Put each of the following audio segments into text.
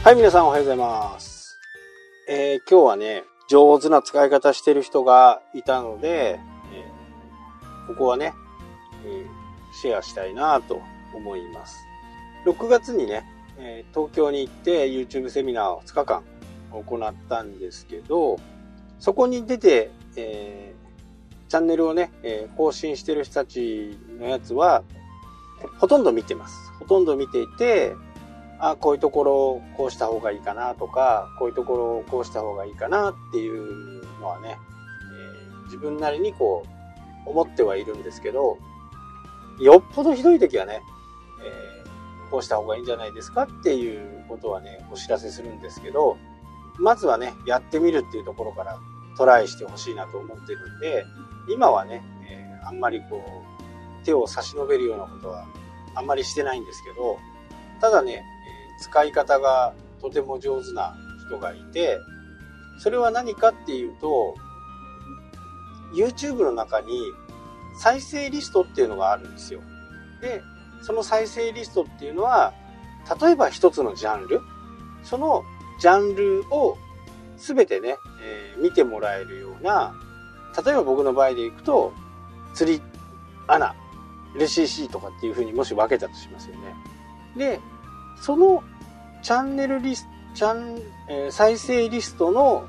はい、皆さんおはようございます。今日はね、上手な使い方してる人がいたので、ここはね、シェアしたいなと思います。6月にね、東京に行って YouTube セミナーを2日間行ったんですけど、そこに出て、チャンネルをね、更新してる人たちのやつは、ほとんど見てます。ほとんど見ていて、こういうところをこうした方がいいかなとか、こういうところをこうした方がいいかなっていうのはね、自分なりにこう思ってはいるんですけど、よっぽどひどい時はね、こうした方がいいんじゃないですかっていうことはね、お知らせするんですけど、まずはね、やってみるっていうところからトライしてほしいなと思ってるんで、今はね、あんまりこう手を差し伸べるようなことはあんまりしてないんですけど、ただね、使い方がとても上手な人がいて、それは何かっていうと、YouTube の中に再生リストっていうのがあるんですよ。で、その再生リストっていうのは、例えば一つのジャンル、そのジャンルを全てね、見てもらえるような、例えば僕の場合でいくと、釣り、アナ、LCC とかっていう風にもし分けたとしますよね。で、そのチャンネルリスト、再生リストの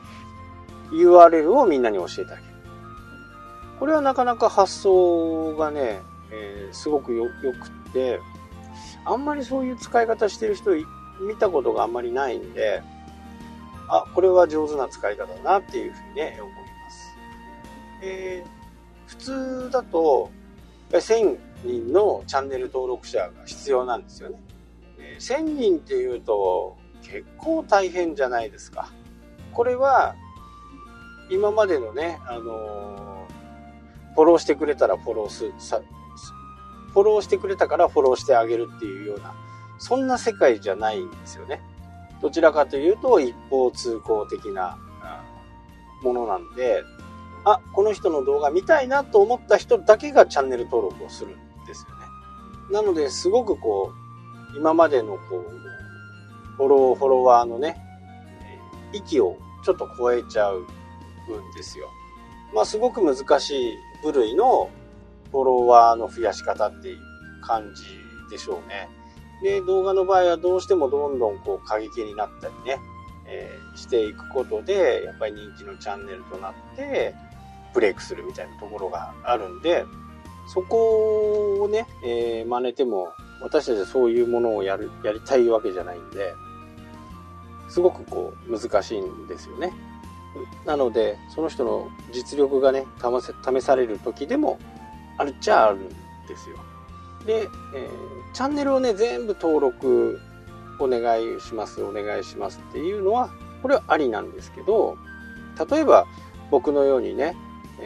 URL をみんなに教えてあげる。これはなかなか発想がね、すごくよくって、あんまりそういう使い方してる人見たことがあんまりないんで、これは上手な使い方だなっていうふうにね、思います。普通だと、1000人のチャンネル登録者が必要なんですよね。1000人っていうと結構大変じゃないですか。これは今までのね、フォローしてくれたらフォローしてくれたからフォローしてあげるっていうような、そんな世界じゃないんですよね。どちらかというと一方通行的なものなんで、この人の動画見たいなと思った人だけがチャンネル登録をするんですよね。なのですごくこう今までのこうフォロワーのね、域をちょっと超えちゃうんですよ。すごく難しい部類のフォロワーの増やし方っていう感じでしょうね。で、動画の場合はどうしてもどんどんこう過激になったりね、していくことで、やっぱり人気のチャンネルとなってブレイクするみたいなところがあるんで、そこをね、真似ても私たちはそういうものをやりたいわけじゃないんで、すごくこう難しいんですよね。なのでその人の実力がね試される時でもあるっちゃあるんですよ。で、チャンネルをね全部登録お願いしますっていうのはこれはありなんですけど、例えば僕のようにね、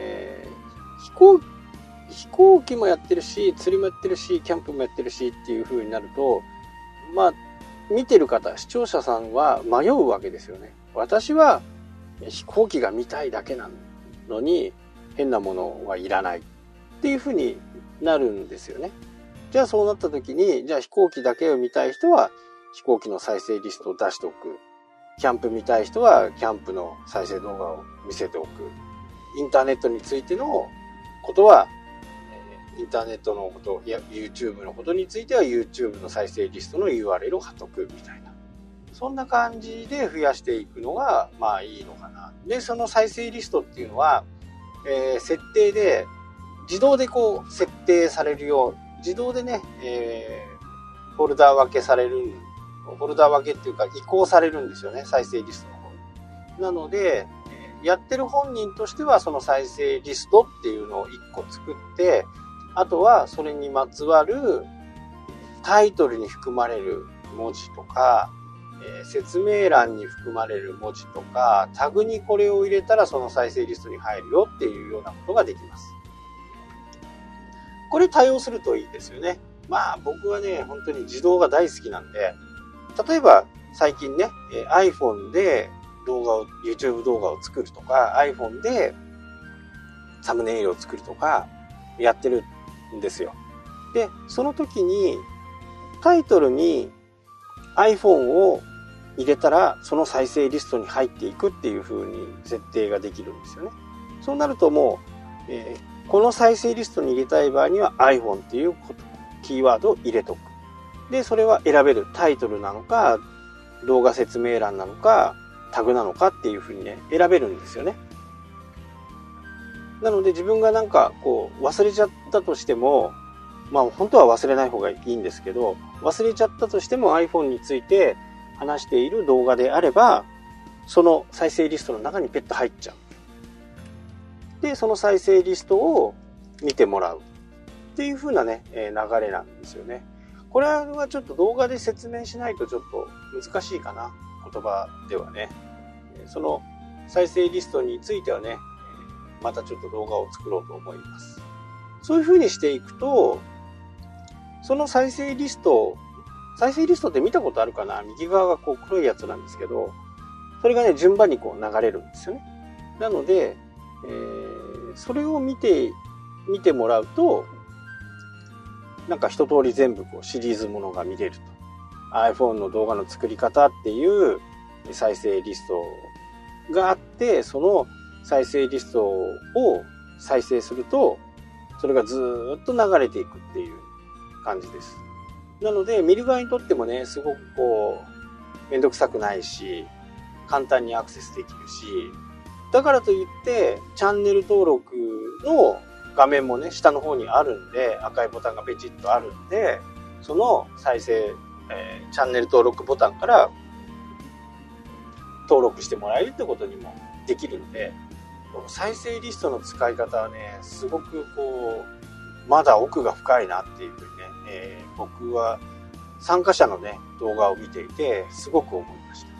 飛行機もやってるし、釣りもやってるし、キャンプもやってるしっていう風になると、見てる方、視聴者さんは迷うわけですよね。私は飛行機が見たいだけなのに、変なものはいらないっていう風になるんですよね。じゃあそうなった時に、じゃあ飛行機だけを見たい人は飛行機の再生リストを出しておく。キャンプ見たい人はキャンプの再生動画を見せておく。インターネットについてのことは、インターネットのこと、YouTube のことについては YouTube の再生リストの URL を貼っとくみたいな。そんな感じで増やしていくのが、いいのかな。で、その再生リストっていうのは、設定で、自動でこう設定されるよう、自動でね、フォルダ分けされる、フォルダ分けっていうか移行されるんですよね、再生リストの方に。なので、やってる本人としてはその再生リストっていうのを1個作って、あとはそれにまつわるタイトルに含まれる文字とか、説明欄に含まれる文字とか、タグにこれを入れたらその再生リストに入るよっていうようなことができます。これ対応するといいですよね。僕はね、本当に自動が大好きなんで、例えば最近ね、iPhone でYouTube 動画を作るとか、iPhone でサムネイルを作るとかやってるんですよ。で、その時にタイトルに iPhone を入れたらその再生リストに入っていくっていう風に設定ができるんですよね。そうなるともう、この再生リストに入れたい場合には iPhone っていうキーワードを入れとく。で、それは選べる。タイトルなのか、動画説明欄なのか、タグなのかっていう風にね、選べるんですよね。なので自分がなんかこう忘れちゃったとしても、まあ本当は忘れない方がいいんですけど、忘れちゃったとしても iPhone について話している動画であれば、その再生リストの中にペット入っちゃう。で、その再生リストを見てもらうっていう風なね、流れなんですよね。これはちょっと動画で説明しないとちょっと難しいかな。言葉ではね。その再生リストについてはね、またちょっと動画を作ろうと思います。そういう風にしていくと、その再生リストって見たことあるかな？右側がこう黒いやつなんですけど、それがね、順番にこう流れるんですよね。なので、それを見てもらうと、なんか一通り全部こうシリーズものが見れると。iPhone の動画の作り方っていう再生リストがあって、その再生リストを再生すると、それがずーっと流れていくっていう感じです。なので、見る側にとってもね、すごくこう、めんどくさくないし、簡単にアクセスできるし、だからといって、チャンネル登録の画面もね、下の方にあるんで、赤いボタンがペチッとあるんで、その再生、チャンネル登録ボタンから登録してもらえるってことにもできるんで、再生リストの使い方はね、すごくこう、まだ奥が深いなっていうふうにね、僕は参加者のね、動画を見ていて、すごく思いました。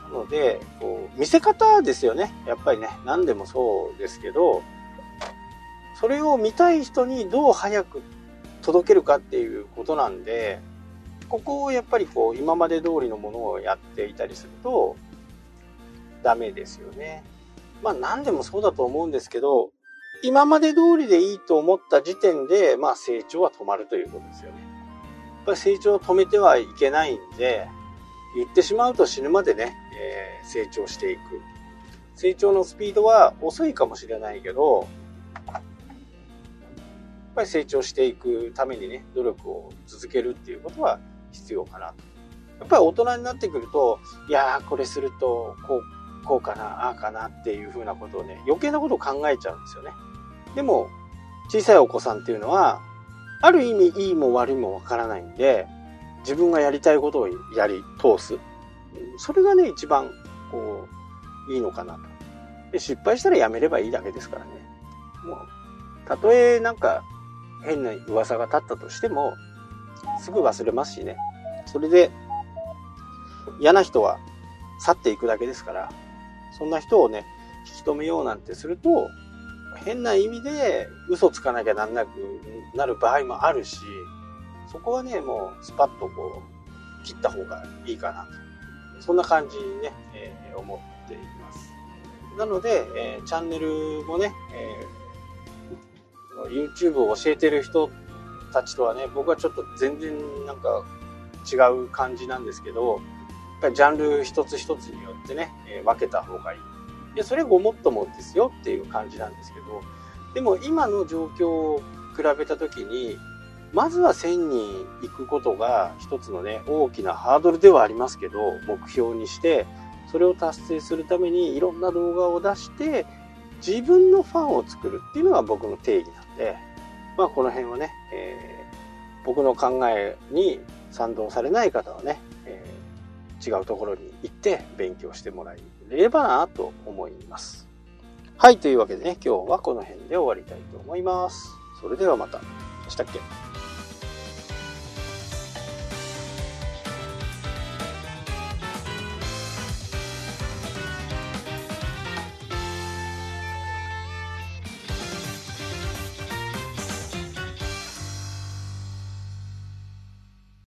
なので、こう見せ方ですよね。やっぱりね、何でもそうですけど、それを見たい人にどう早く届けるかっていうことなんで、ここをやっぱりこう、今まで通りのものをやっていたりすると、ダメですよね。まあ何でもそうだと思うんですけど、今まで通りでいいと思った時点で、まあ成長は止まるということですよね。やっぱり成長を止めてはいけないんで、言ってしまうと死ぬまでね、成長していく。成長のスピードは遅いかもしれないけど、やっぱり成長していくためにね、努力を続けるっていうことは必要かなと。やっぱり大人になってくると、いやーこれするとこうかな、ああかなっていうふうなことをね、余計なことを考えちゃうんですよね。でも、小さいお子さんっていうのは、ある意味いいも悪いもわからないんで、自分がやりたいことをやり通す。それがね、一番、こう、いいのかなと。で、失敗したらやめればいいだけですからね。もう、たとえなんか、変な噂が立ったとしても、すぐ忘れますしね。それで、嫌な人は去っていくだけですから、そんな人をね、引き止めようなんてすると、変な意味で嘘つかなきゃなんなくなる場合もあるし、そこはね、もうスパッとこう、切った方がいいかなと。そんな感じにね、思っています。なので、チャンネルもね、YouTube を教えてる人たちとはね、僕はちょっと全然なんか違う感じなんですけど、やっぱりジャンル一つ一つによってね、分けた方がいい。で、それごもっともですよっていう感じなんですけど、でも今の状況を比べたときに、まずは1000人行くことが一つのね、大きなハードルではありますけど、目標にして、それを達成するためにいろんな動画を出して、自分のファンを作るっていうのが僕の定義なんで、まあこの辺はね、僕の考えに賛同されない方はね、違うところに行って勉強してもらえればなと思います。はい、というわけでね、今日はこの辺で終わりたいと思います。それではまた。したっけ？